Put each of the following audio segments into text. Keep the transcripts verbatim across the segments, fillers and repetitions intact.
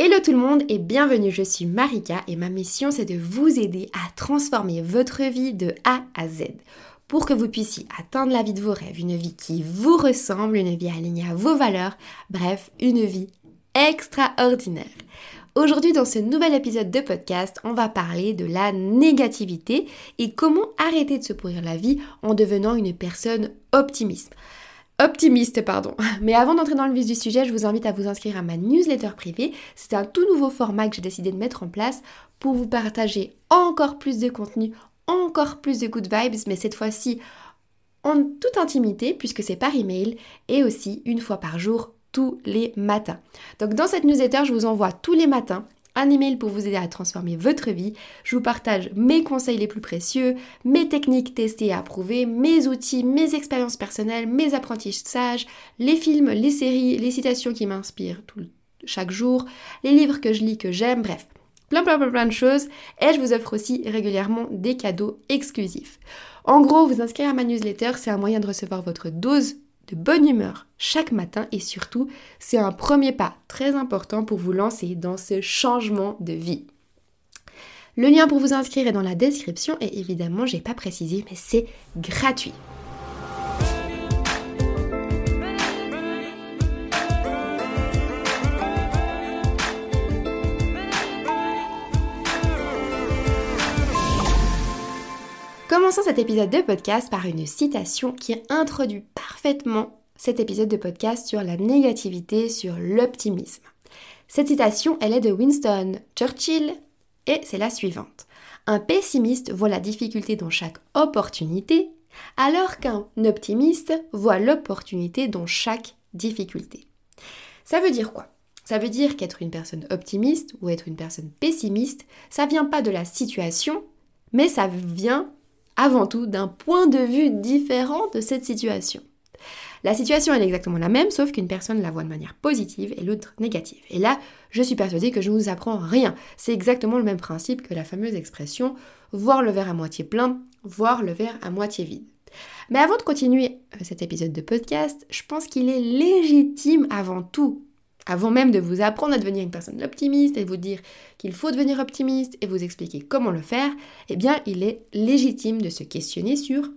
Hello tout le monde et bienvenue, je suis Marika et ma mission c'est de vous aider à transformer votre vie de A à Z pour que vous puissiez atteindre la vie de vos rêves, une vie qui vous ressemble, une vie alignée à vos valeurs, bref, une vie extraordinaire. Aujourd'hui dans ce nouvel épisode de podcast, on va parler de la négativité et comment arrêter de se pourrir la vie en devenant une personne optimiste. Optimiste, pardon. Mais avant d'entrer dans le vif du sujet, je vous invite à vous inscrire à ma newsletter privée. C'est un tout nouveau format que j'ai décidé de mettre en place pour vous partager encore plus de contenu, encore plus de good vibes, mais cette fois-ci en toute intimité puisque c'est par email et aussi une fois par jour tous les matins. Donc dans cette newsletter, je vous envoie tous les matins un email pour vous aider à transformer votre vie. Je vous partage mes conseils les plus précieux, mes techniques testées et approuvées, mes outils, mes expériences personnelles, mes apprentissages, les films, les séries, les citations qui m'inspirent tout, chaque jour, les livres que je lis, que j'aime, bref, plein plein plein plein de choses. Et je vous offre aussi régulièrement des cadeaux exclusifs. En gros, vous inscrire à ma newsletter, c'est un moyen de recevoir votre dose de bonne humeur chaque matin et surtout, c'est un premier pas très important pour vous lancer dans ce changement de vie. Le lien pour vous inscrire est dans la description et évidemment, j'ai pas précisé, mais c'est gratuit. Commençons cet épisode de podcast par une citation qui introduit parfaitement cet épisode de podcast sur la négativité, sur l'optimisme. Cette citation, elle est de Winston Churchill et c'est la suivante. Un pessimiste voit la difficulté dans chaque opportunité, alors qu'un optimiste voit l'opportunité dans chaque difficulté. Ça veut dire quoi ? Ça veut dire qu'être une personne optimiste ou être une personne pessimiste, ça vient pas de la situation, mais ça vient avant tout d'un point de vue différent de cette situation. La situation elle est exactement la même, sauf qu'une personne la voit de manière positive et l'autre négative. Et là, je suis persuadée que je ne vous apprends rien. C'est exactement le même principe que la fameuse expression « voir le verre à moitié plein, voir le verre à moitié vide ». Mais avant de continuer cet épisode de podcast, je pense qu'il est légitime avant tout, avant même de vous apprendre à devenir une personne optimiste et de vous dire qu'il faut devenir optimiste et vous expliquer comment le faire, eh bien, il est légitime de se questionner sur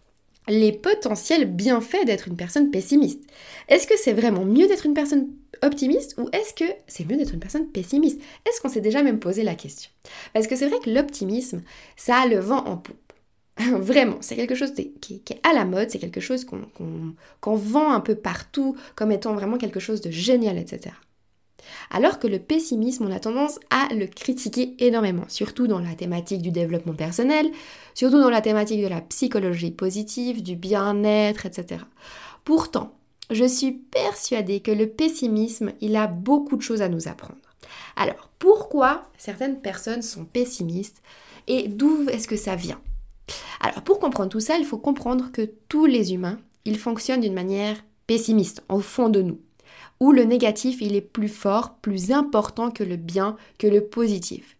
les potentiels bienfaits d'être une personne pessimiste. Est-ce que c'est vraiment mieux d'être une personne optimiste ou est-ce que c'est mieux d'être une personne pessimiste ? Est-ce qu'on s'est déjà même posé la question ? Parce que c'est vrai que l'optimisme, ça a le vent en poupe. Vraiment, c'est quelque chose qui est, qui est à la mode, c'est quelque chose qu'on, qu'on, qu'on vend un peu partout comme étant vraiment quelque chose de génial, et cetera. Alors que le pessimisme, on a tendance à le critiquer énormément, surtout dans la thématique du développement personnel, surtout dans la thématique de la psychologie positive, du bien-être, et cetera. Pourtant, je suis persuadée que le pessimisme, il a beaucoup de choses à nous apprendre. Alors, pourquoi certaines personnes sont pessimistes et d'où est-ce que ça vient ? Alors, pour comprendre tout ça, il faut comprendre que tous les humains, ils fonctionnent d'une manière pessimiste, au fond de nous, où le négatif, il est plus fort, plus important que le bien, que le positif.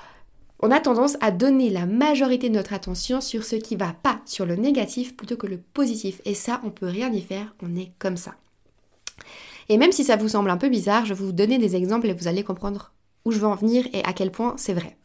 On a tendance à donner la majorité de notre attention sur ce qui ne va pas, sur le négatif, plutôt que le positif. Et ça, on ne peut rien y faire, on est comme ça. Et même si ça vous semble un peu bizarre, je vais vous donner des exemples et vous allez comprendre où je veux en venir et à quel point c'est vrai.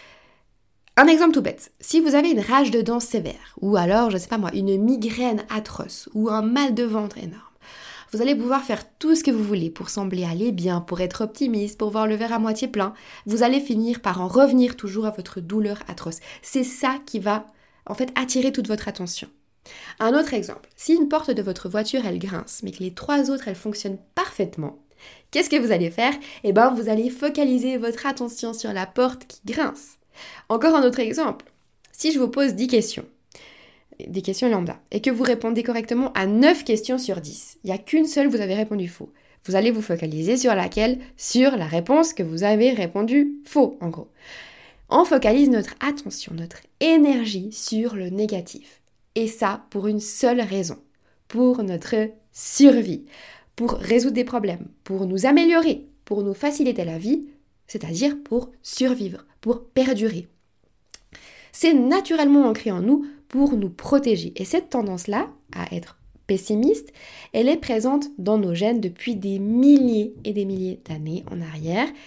Un exemple tout bête, si vous avez une rage de dents sévère, ou alors, je sais pas moi, une migraine atroce, ou un mal de ventre énorme, vous allez pouvoir faire tout ce que vous voulez pour sembler aller bien, pour être optimiste, pour voir le verre à moitié plein, vous allez finir par en revenir toujours à votre douleur atroce. C'est ça qui va, en fait, attirer toute votre attention. Un autre exemple, si une porte de votre voiture, elle grince, mais que les trois autres, elles fonctionnent parfaitement, qu'est-ce que vous allez faire ? Eh bien, vous allez focaliser votre attention sur la porte qui grince. Encore un autre exemple, si je vous pose dix questions, des questions lambda, et que vous répondez correctement à neuf questions sur dix, il n'y a qu'une seule vous avez répondu faux. Vous allez vous focaliser sur laquelle ? Sur la réponse que vous avez répondu faux, en gros. On focalise notre attention, notre énergie sur le négatif. Et ça pour une seule raison, pour notre survie, pour résoudre des problèmes, pour nous améliorer, pour nous faciliter la vie, c'est-à-dire pour survivre, pour perdurer. C'est naturellement ancré en nous pour nous protéger. Et cette tendance-là, à être pessimiste, elle est présente dans nos gènes depuis des milliers et des milliers d'années en arrière.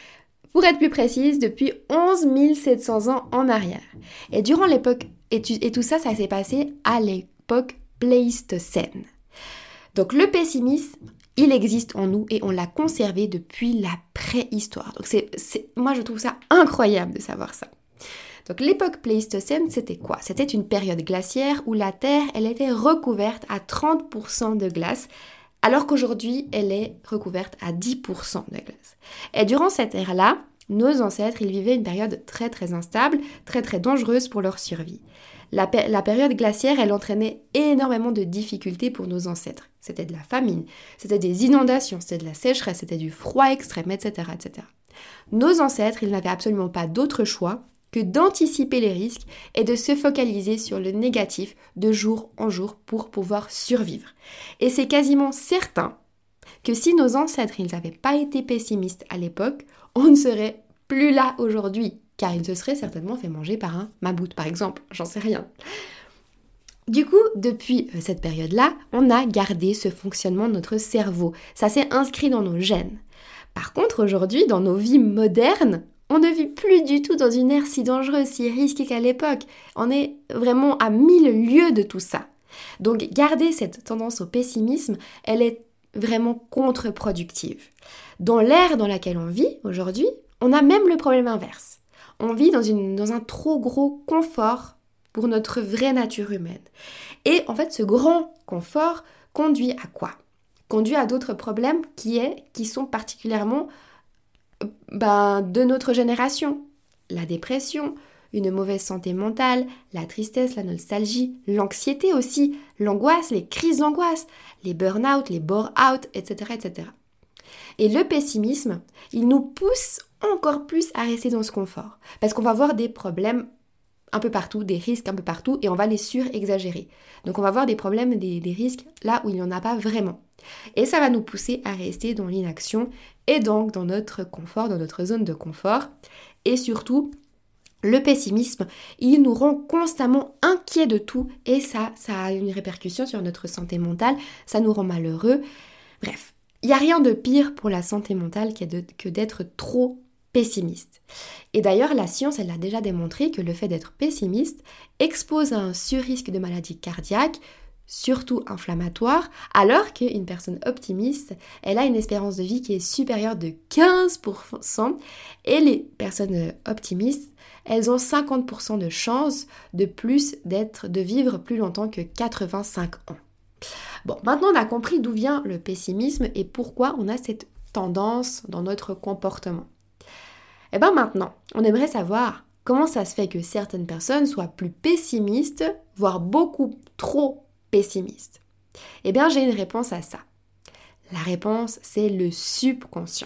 pour être plus précise, depuis onze mille sept cents ans en arrière. Et durant l'époque, et, tu, et tout ça, ça s'est passé à l'époque Pléistocène. Donc le pessimisme, il existe en nous et on l'a conservé depuis la préhistoire. Donc c'est, c'est, moi je trouve ça incroyable de savoir ça. Donc l'époque Pléistocène, c'était quoi? C'était une période glaciaire où la Terre, elle était recouverte à trente pour cent de glace, alors qu'aujourd'hui, elle est recouverte à dix pour cent de glace. Et durant cette ère-là, nos ancêtres, ils vivaient une période très très instable, très très dangereuse pour leur survie. La, pe- la période glaciaire, elle entraînait énormément de difficultés pour nos ancêtres. C'était de la famine, c'était des inondations, c'était de la sécheresse, c'était du froid extrême, et cetera, et cetera. Nos ancêtres, ils n'avaient absolument pas d'autre choix que d'anticiper les risques et de se focaliser sur le négatif de jour en jour pour pouvoir survivre. Et c'est quasiment certain que si nos ancêtres ils n'avaient pas été pessimistes à l'époque, on ne serait plus là aujourd'hui, car ils se seraient certainement fait manger par un mammouth par exemple, j'en sais rien. Du coup, depuis cette période-là, on a gardé ce fonctionnement de notre cerveau. Ça s'est inscrit dans nos gènes. Par contre, aujourd'hui, dans nos vies modernes, on ne vit plus du tout dans une ère si dangereuse, si risquée qu'à l'époque. On est vraiment à mille lieues de tout ça. Donc garder cette tendance au pessimisme, elle est vraiment contre-productive. Dans l'ère dans laquelle on vit aujourd'hui, on a même le problème inverse. On vit dans, une, dans un trop gros confort pour notre vraie nature humaine. Et en fait, ce grand confort conduit à quoi? Conduit à d'autres problèmes qui, est, qui sont particulièrement ben, de notre génération. La dépression, une mauvaise santé mentale, la tristesse, la nostalgie, l'anxiété aussi, l'angoisse, les crises d'angoisse, les burn-out, les bore-out, et cetera, et cetera. Et le pessimisme, il nous pousse encore plus à rester dans ce confort. Parce qu'on va avoir des problèmes un peu partout, des risques un peu partout, et on va les surexagérer. Donc on va avoir des problèmes, des, des risques là où il n'y en a pas vraiment. Et ça va nous pousser à rester dans l'inaction et donc dans notre confort, dans notre zone de confort. Et surtout, le pessimisme, il nous rend constamment inquiets de tout et ça, ça a une répercussion sur notre santé mentale, ça nous rend malheureux. Bref, il n'y a rien de pire pour la santé mentale que d'être trop pessimiste. Et d'ailleurs, la science, elle a déjà démontré que le fait d'être pessimiste expose à un surrisque de maladies cardiaques, surtout inflammatoires, alors qu'une personne optimiste, elle a une espérance de vie qui est supérieure de quinze pour cent et les personnes optimistes, elles ont cinquante pour cent de chances de plus d'être, de vivre plus longtemps que quatre-vingt-cinq ans. Bon, maintenant on a compris d'où vient le pessimisme et pourquoi on a cette tendance dans notre comportement. Et bien maintenant, on aimerait savoir comment ça se fait que certaines personnes soient plus pessimistes, voire beaucoup trop pessimistes. Eh bien, j'ai une réponse à ça. La réponse, c'est le subconscient.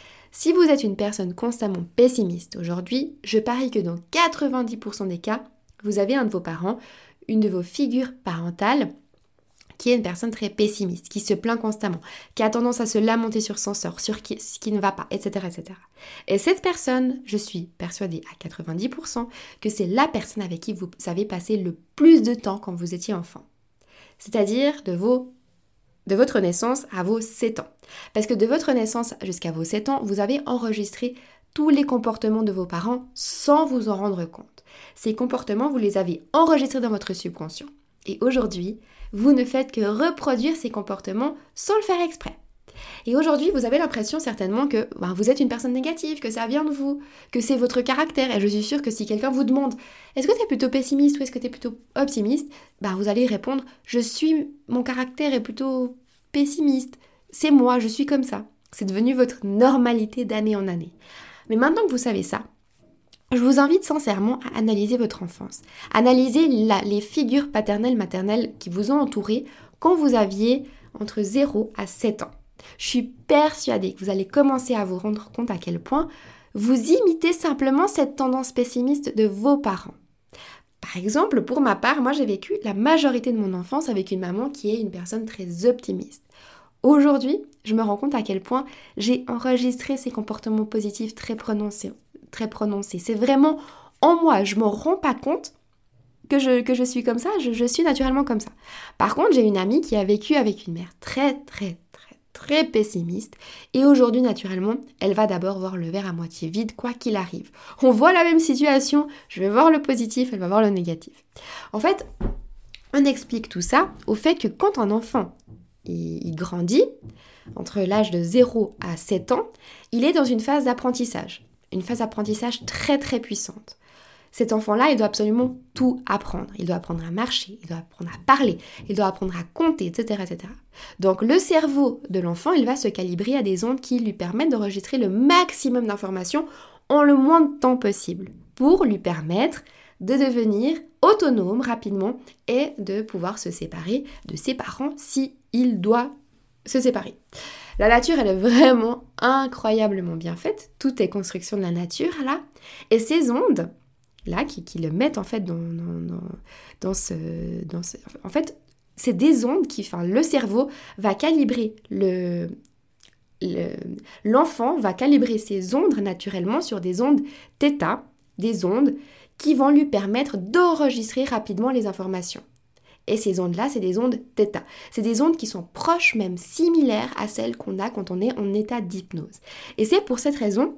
Si vous êtes une personne constamment pessimiste aujourd'hui, je parie que dans quatre-vingt-dix pour cent des cas, vous avez un de vos parents, une de vos figures parentales, qui est une personne très pessimiste, qui se plaint constamment, qui a tendance à se lamenter sur son sort, sur qui, ce qui ne va pas, et cetera, et cetera. Et cette personne, je suis persuadée à quatre-vingt-dix pour cent que c'est la personne avec qui vous avez passé le plus de temps quand vous étiez enfant. C'est-à-dire de, vos, de votre naissance à vos sept ans. Parce que de votre naissance jusqu'à vos sept ans, vous avez enregistré tous les comportements de vos parents sans vous en rendre compte. Ces comportements, vous les avez enregistrés dans votre subconscient. Et aujourd'hui, vous ne faites que reproduire ces comportements sans le faire exprès. Et aujourd'hui, vous avez l'impression certainement que ben, vous êtes une personne négative, que ça vient de vous, que c'est votre caractère. Et je suis sûre que si quelqu'un vous demande « Est-ce que tu es plutôt pessimiste ou est-ce que tu es plutôt optimiste ?» ben, vous allez répondre « Je suis, mon caractère est plutôt pessimiste. C'est moi, je suis comme ça. » C'est devenu votre normalité d'année en année. Mais maintenant que vous savez ça, je vous invite sincèrement à analyser votre enfance. Analyser la, les figures paternelles, maternelles qui vous ont entouré quand vous aviez entre zéro à sept ans. Je suis persuadée que vous allez commencer à vous rendre compte à quel point vous imitez simplement cette tendance pessimiste de vos parents. Par exemple, pour ma part, moi j'ai vécu la majorité de mon enfance avec une maman qui est une personne très optimiste. Aujourd'hui, je me rends compte à quel point j'ai enregistré ces comportements positifs très prononcés. très prononcé. C'est vraiment en moi, je ne m'en rends pas compte que je, que je suis comme ça, je, je suis naturellement comme ça. Par contre, j'ai une amie qui a vécu avec une mère très très très très pessimiste et aujourd'hui naturellement elle va d'abord voir le verre à moitié vide quoi qu'il arrive. On voit la même situation, je vais voir le positif, elle va voir le négatif. En fait, on explique tout ça au fait que quand un enfant il, il grandit, entre l'âge de zéro à sept ans, il est dans une phase d'apprentissage, une phase d'apprentissage très très puissante. Cet enfant-là, il doit absolument tout apprendre. Il doit apprendre à marcher, il doit apprendre à parler, il doit apprendre à compter, et cetera, et cetera. Donc le cerveau de l'enfant, il va se calibrer à des ondes qui lui permettent d'enregistrer le maximum d'informations en le moins de temps possible pour lui permettre de devenir autonome rapidement et de pouvoir se séparer de ses parents s'il doit se séparer. La nature, elle est vraiment incroyablement bien faite. Tout est construction de la nature, là. Et ces ondes, là, qui, qui le mettent, en fait, dans, dans, dans, dans, ce, dans ce... En fait, c'est des ondes qui... Enfin, le cerveau va calibrer le... le l'enfant va calibrer ses ondes naturellement sur des ondes θ, des ondes qui vont lui permettre d'enregistrer rapidement les informations. Et ces ondes-là, c'est des ondes θ. C'est des ondes qui sont proches, même similaires à celles qu'on a quand on est en état d'hypnose. Et c'est pour cette raison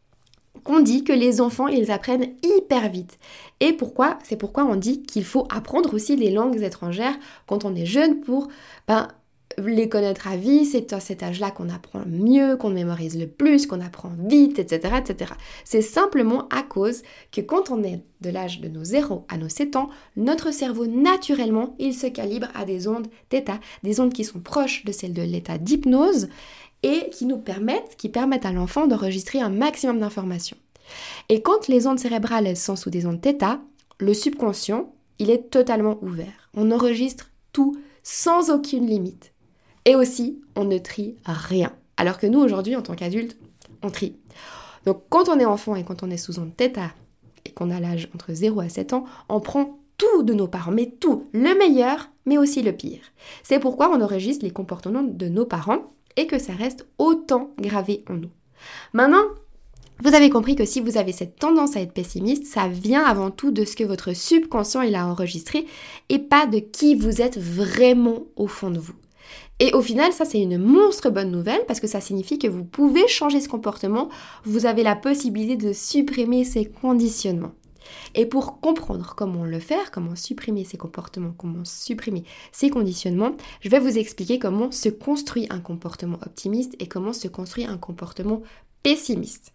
qu'on dit que les enfants, ils apprennent hyper vite. Et pourquoi ? C'est pourquoi on dit qu'il faut apprendre aussi les langues étrangères quand on est jeune pour ben, les connaître à vie. C'est à cet âge-là qu'on apprend mieux, qu'on mémorise le plus, qu'on apprend vite, et cetera, et cetera. C'est simplement à cause que quand on est de l'âge de nos zéro à nos sept ans, notre cerveau, naturellement, il se calibre à des ondes θ, des ondes qui sont proches de celles de l'état d'hypnose et qui nous permettent, qui permettent à l'enfant d'enregistrer un maximum d'informations. Et quand les ondes cérébrales, elles sont sous des ondes θ, le subconscient, il est totalement ouvert. On enregistre tout sans aucune limite. Et aussi, on ne trie rien. Alors que nous, aujourd'hui, en tant qu'adultes, on trie. Donc, quand on est enfant et quand on est sous onde θ et qu'on a l'âge entre zéro à sept ans, on prend tout de nos parents, mais tout, le meilleur, mais aussi le pire. C'est pourquoi on enregistre les comportements de nos parents et que ça reste autant gravé en nous. Maintenant, vous avez compris que si vous avez cette tendance à être pessimiste, ça vient avant tout de ce que votre subconscient il a enregistré et pas de qui vous êtes vraiment au fond de vous. Et au final, ça c'est une monstre bonne nouvelle parce que ça signifie que vous pouvez changer ce comportement, vous avez la possibilité de supprimer ces conditionnements. Et pour comprendre comment le faire, comment supprimer ces comportements, comment supprimer ces conditionnements, je vais vous expliquer comment se construit un comportement optimiste et comment se construit un comportement pessimiste.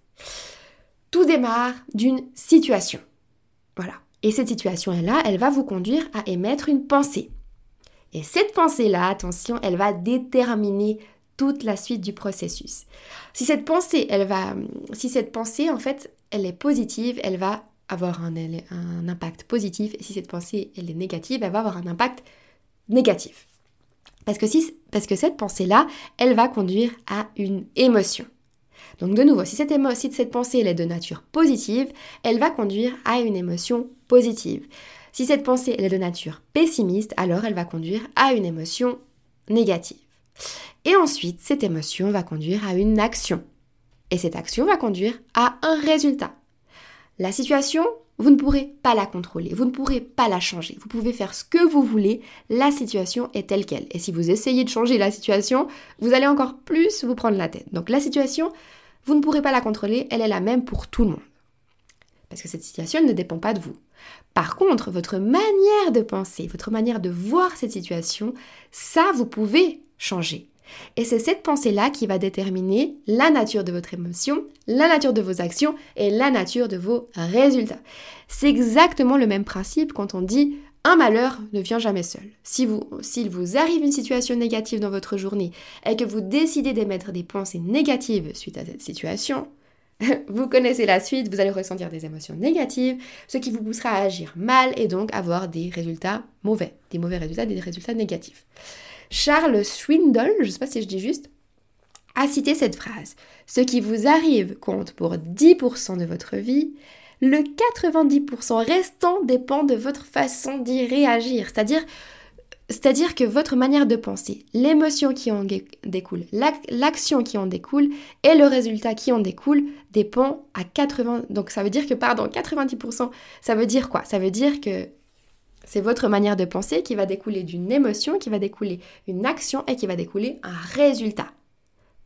Tout démarre d'une situation. Voilà. Et cette situation-là, elle va vous conduire à émettre une pensée. Et cette pensée-là, attention, elle va déterminer toute la suite du processus. Si cette pensée, elle va, si cette pensée, en fait, elle est positive, elle va avoir un, un impact positif. Et si cette pensée, elle est négative, elle va avoir un impact négatif. Parce que, si, parce que cette pensée-là, elle va conduire à une émotion. Donc de nouveau, si cette, émo- si cette pensée elle est de nature positive, elle va conduire à une émotion positive. Si cette pensée elle est de nature pessimiste, alors elle va conduire à une émotion négative. Et ensuite, cette émotion va conduire à une action. Et cette action va conduire à un résultat. La situation, vous ne pourrez pas la contrôler, vous ne pourrez pas la changer. Vous pouvez faire ce que vous voulez, la situation est telle qu'elle. Et si vous essayez de changer la situation, vous allez encore plus vous prendre la tête. Donc la situation, vous ne pourrez pas la contrôler, elle est la même pour tout le monde. Parce que cette situation elle ne dépend pas de vous. Par contre, votre manière de penser, votre manière de voir cette situation, ça, vous pouvez changer. Et c'est cette pensée-là qui va déterminer la nature de votre émotion, la nature de vos actions et la nature de vos résultats. C'est exactement le même principe quand on dit « un malheur ne vient jamais seul ». Si vous, s'il vous arrive une situation négative dans votre journée et que vous décidez d'émettre des pensées négatives suite à cette situation, vous connaissez la suite, vous allez ressentir des émotions négatives, ce qui vous poussera à agir mal et donc avoir des résultats mauvais, des mauvais résultats, des résultats négatifs. Charles Swindoll, je ne sais pas si je dis juste, a cité cette phrase. Ce qui vous arrive compte pour dix pour cent de votre vie, le quatre-vingt-dix pour cent restant dépend de votre façon d'y réagir. C'est-à-dire, c'est-à-dire que votre manière de penser, l'émotion qui en découle, l'action qui en découle et le résultat qui en découle dépend à quatre-vingts pour cent. Donc ça veut dire que, pardon, quatre-vingt-dix pour cent, ça veut dire quoi ? Ça veut dire que c'est votre manière de penser qui va découler d'une émotion, qui va découler une action et qui va découler un résultat.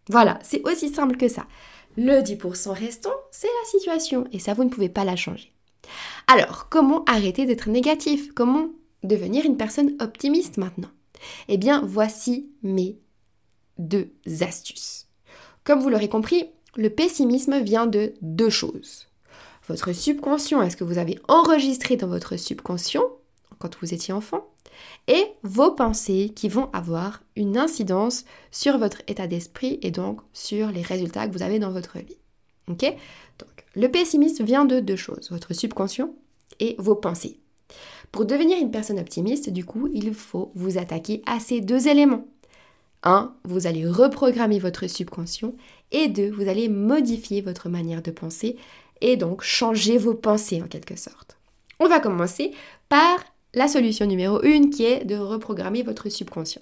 Voilà, c'est aussi simple que ça. Le dix pour cent restant, c'est la situation et ça, vous ne pouvez pas la changer. Alors, comment arrêter d'être négatif? Comment devenir une personne optimiste maintenant? Eh bien, voici mes deux astuces. Comme vous l'aurez compris, le pessimisme vient de deux choses. Votre subconscient, est-ce que vous avez enregistré dans votre subconscient quand vous étiez enfant, et vos pensées qui vont avoir une incidence sur votre état d'esprit et donc sur les résultats que vous avez dans votre vie. Ok? Donc, le pessimisme vient de deux choses, votre subconscient et vos pensées. Pour devenir une personne optimiste, du coup, il faut vous attaquer à ces deux éléments. Un, vous allez reprogrammer votre subconscient et deux, vous allez modifier votre manière de penser et donc changer vos pensées en quelque sorte. On va commencer par la solution numéro un qui est de reprogrammer votre subconscient.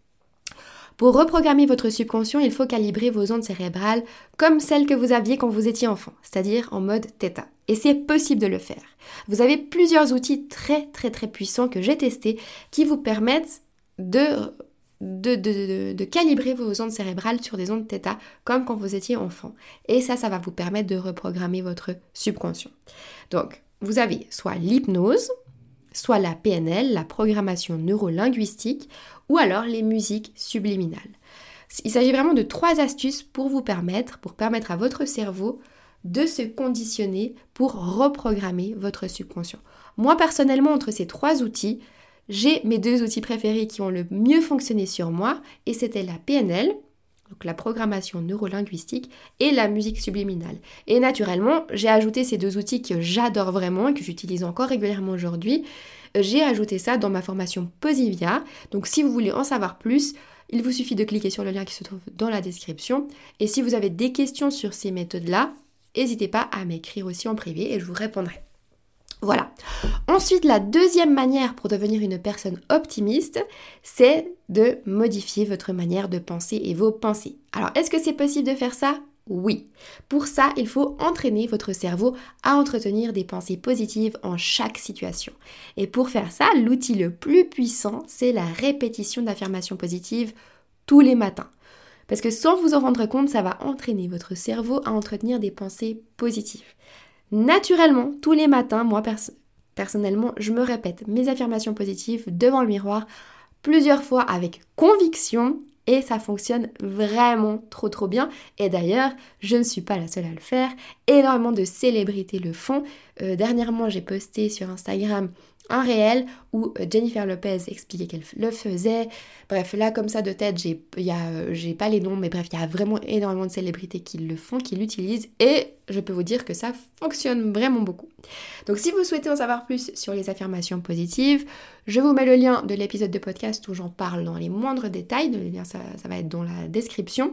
Pour reprogrammer votre subconscient, il faut calibrer vos ondes cérébrales comme celles que vous aviez quand vous étiez enfant, c'est-à-dire en mode θ. Et c'est possible de le faire. Vous avez plusieurs outils très très très puissants que j'ai testés qui vous permettent de, de, de, de, de calibrer vos ondes cérébrales sur des ondes θ comme quand vous étiez enfant. Et ça, ça va vous permettre de reprogrammer votre subconscient. Donc, vous avez soit l'hypnose, soit la P N L, la programmation neurolinguistique, ou alors les musiques subliminales. Il s'agit vraiment de trois astuces pour vous permettre, pour permettre à votre cerveau de se conditionner pour reprogrammer votre subconscient. Moi, personnellement, entre ces trois outils, j'ai mes deux outils préférés qui ont le mieux fonctionné sur moi, et c'était la P N L, donc la programmation neurolinguistique, et la musique subliminale. Et naturellement, j'ai ajouté ces deux outils que j'adore vraiment et que j'utilise encore régulièrement aujourd'hui. J'ai ajouté ça dans ma formation Posivia. Donc si vous voulez en savoir plus, il vous suffit de cliquer sur le lien qui se trouve dans la description. Et si vous avez des questions sur ces méthodes-là, n'hésitez pas à m'écrire aussi en privé et je vous répondrai. Voilà. Ensuite, la deuxième manière pour devenir une personne optimiste, c'est de modifier votre manière de penser et vos pensées. Alors, est-ce que c'est possible de faire ça? Oui. Pour ça, il faut entraîner votre cerveau à entretenir des pensées positives en chaque situation. Et pour faire ça, l'outil le plus puissant, c'est la répétition d'affirmations positives tous les matins. Parce que sans vous en rendre compte, ça va entraîner votre cerveau à entretenir des pensées positives. Naturellement, tous les matins, moi perso- personnellement, je me répète mes affirmations positives devant le miroir plusieurs fois avec conviction et ça fonctionne vraiment trop trop bien. Et d'ailleurs, je ne suis pas la seule à le faire. Énormément de célébrités le font. Euh, dernièrement, j'ai posté sur Instagram un réel où Jennifer Lopez expliquait qu'elle le faisait. Bref, là comme ça de tête, j'ai, y a, j'ai pas les noms, mais bref, il y a vraiment énormément de célébrités qui le font, qui l'utilisent, et je peux vous dire que ça fonctionne vraiment beaucoup. Donc si vous souhaitez en savoir plus sur les affirmations positives, je vous mets le lien de l'épisode de podcast où j'en parle dans les moindres détails, le lien ça, ça va être dans la description.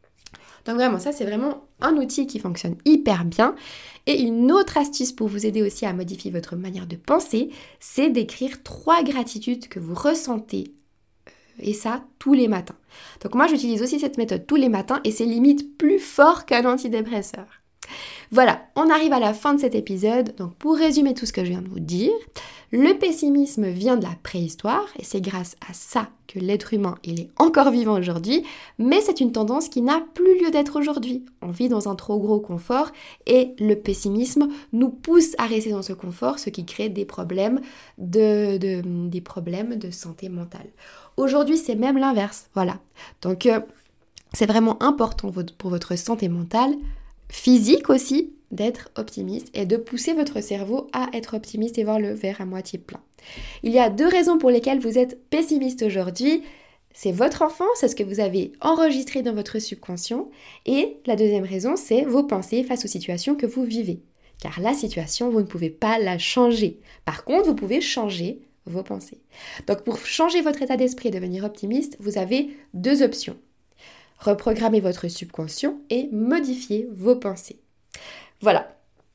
Donc vraiment, ça c'est vraiment un outil qui fonctionne hyper bien. Et une autre astuce pour vous aider aussi à modifier votre manière de penser, c'est d'écrire trois gratitudes que vous ressentez. Et ça, tous les matins. Donc moi, j'utilise aussi cette méthode tous les matins et c'est limite plus fort qu'un antidépresseur. Voilà, on arrive à la fin de cet épisode. Donc pour résumer tout ce que je viens de vous dire, le pessimisme vient de la préhistoire et c'est grâce à ça que l'être humain il est encore vivant aujourd'hui, mais c'est une tendance qui n'a plus lieu d'être aujourd'hui. On vit dans un trop gros confort et le pessimisme nous pousse à rester dans ce confort, ce qui crée des problèmes de, de, des problèmes de santé mentale. Aujourd'hui, c'est même l'inverse, voilà. Donc euh, c'est vraiment important pour votre santé mentale, physique aussi, d'être optimiste et de pousser votre cerveau à être optimiste et voir le verre à moitié plein. Il y a deux raisons pour lesquelles vous êtes pessimiste aujourd'hui. C'est votre enfance, c'est ce que vous avez enregistré dans votre subconscient. Et la deuxième raison, c'est vos pensées face aux situations que vous vivez. Car la situation, vous ne pouvez pas la changer. Par contre, vous pouvez changer vos pensées. Donc pour changer votre état d'esprit et devenir optimiste, vous avez deux options. Reprogrammer votre subconscient et modifier vos pensées. Voilà.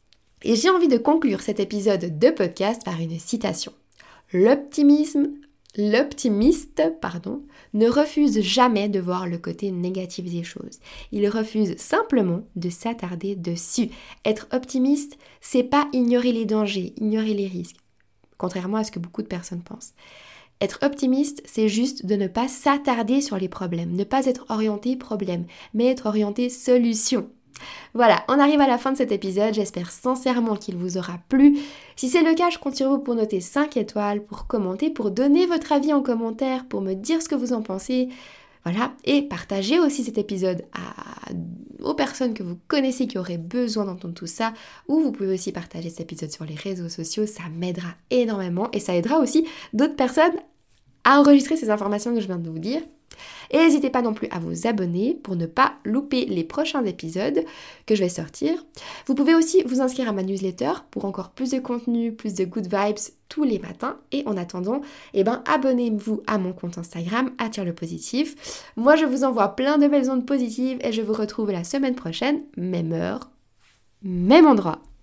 Et j'ai envie de conclure cet épisode de podcast par une citation. L'optimisme, l'optimiste, pardon, ne refuse jamais de voir le côté négatif des choses. Il refuse simplement de s'attarder dessus. Être optimiste, c'est pas ignorer les dangers, ignorer les risques, contrairement à ce que beaucoup de personnes pensent. Être optimiste, c'est juste de ne pas s'attarder sur les problèmes, ne pas être orienté problème, mais être orienté solution. Voilà, on arrive à la fin de cet épisode, j'espère sincèrement qu'il vous aura plu. Si c'est le cas, je compte sur vous pour noter cinq étoiles, pour commenter, pour donner votre avis en commentaire, pour me dire ce que vous en pensez. Voilà, et partagez aussi cet épisode à... aux personnes que vous connaissez qui auraient besoin d'entendre tout ça, ou vous pouvez aussi partager cet épisode sur les réseaux sociaux, ça m'aidera énormément et ça aidera aussi d'autres personnes à enregistrer ces informations que je viens de vous dire. Et n'hésitez pas non plus à vous abonner pour ne pas louper les prochains épisodes que je vais sortir. Vous pouvez aussi vous inscrire à ma newsletter pour encore plus de contenu, plus de good vibes tous les matins. Et en attendant, eh ben, abonnez-vous à mon compte Instagram, Attire le positif. Moi, je vous envoie plein de belles ondes positives et je vous retrouve la semaine prochaine, même heure, même endroit.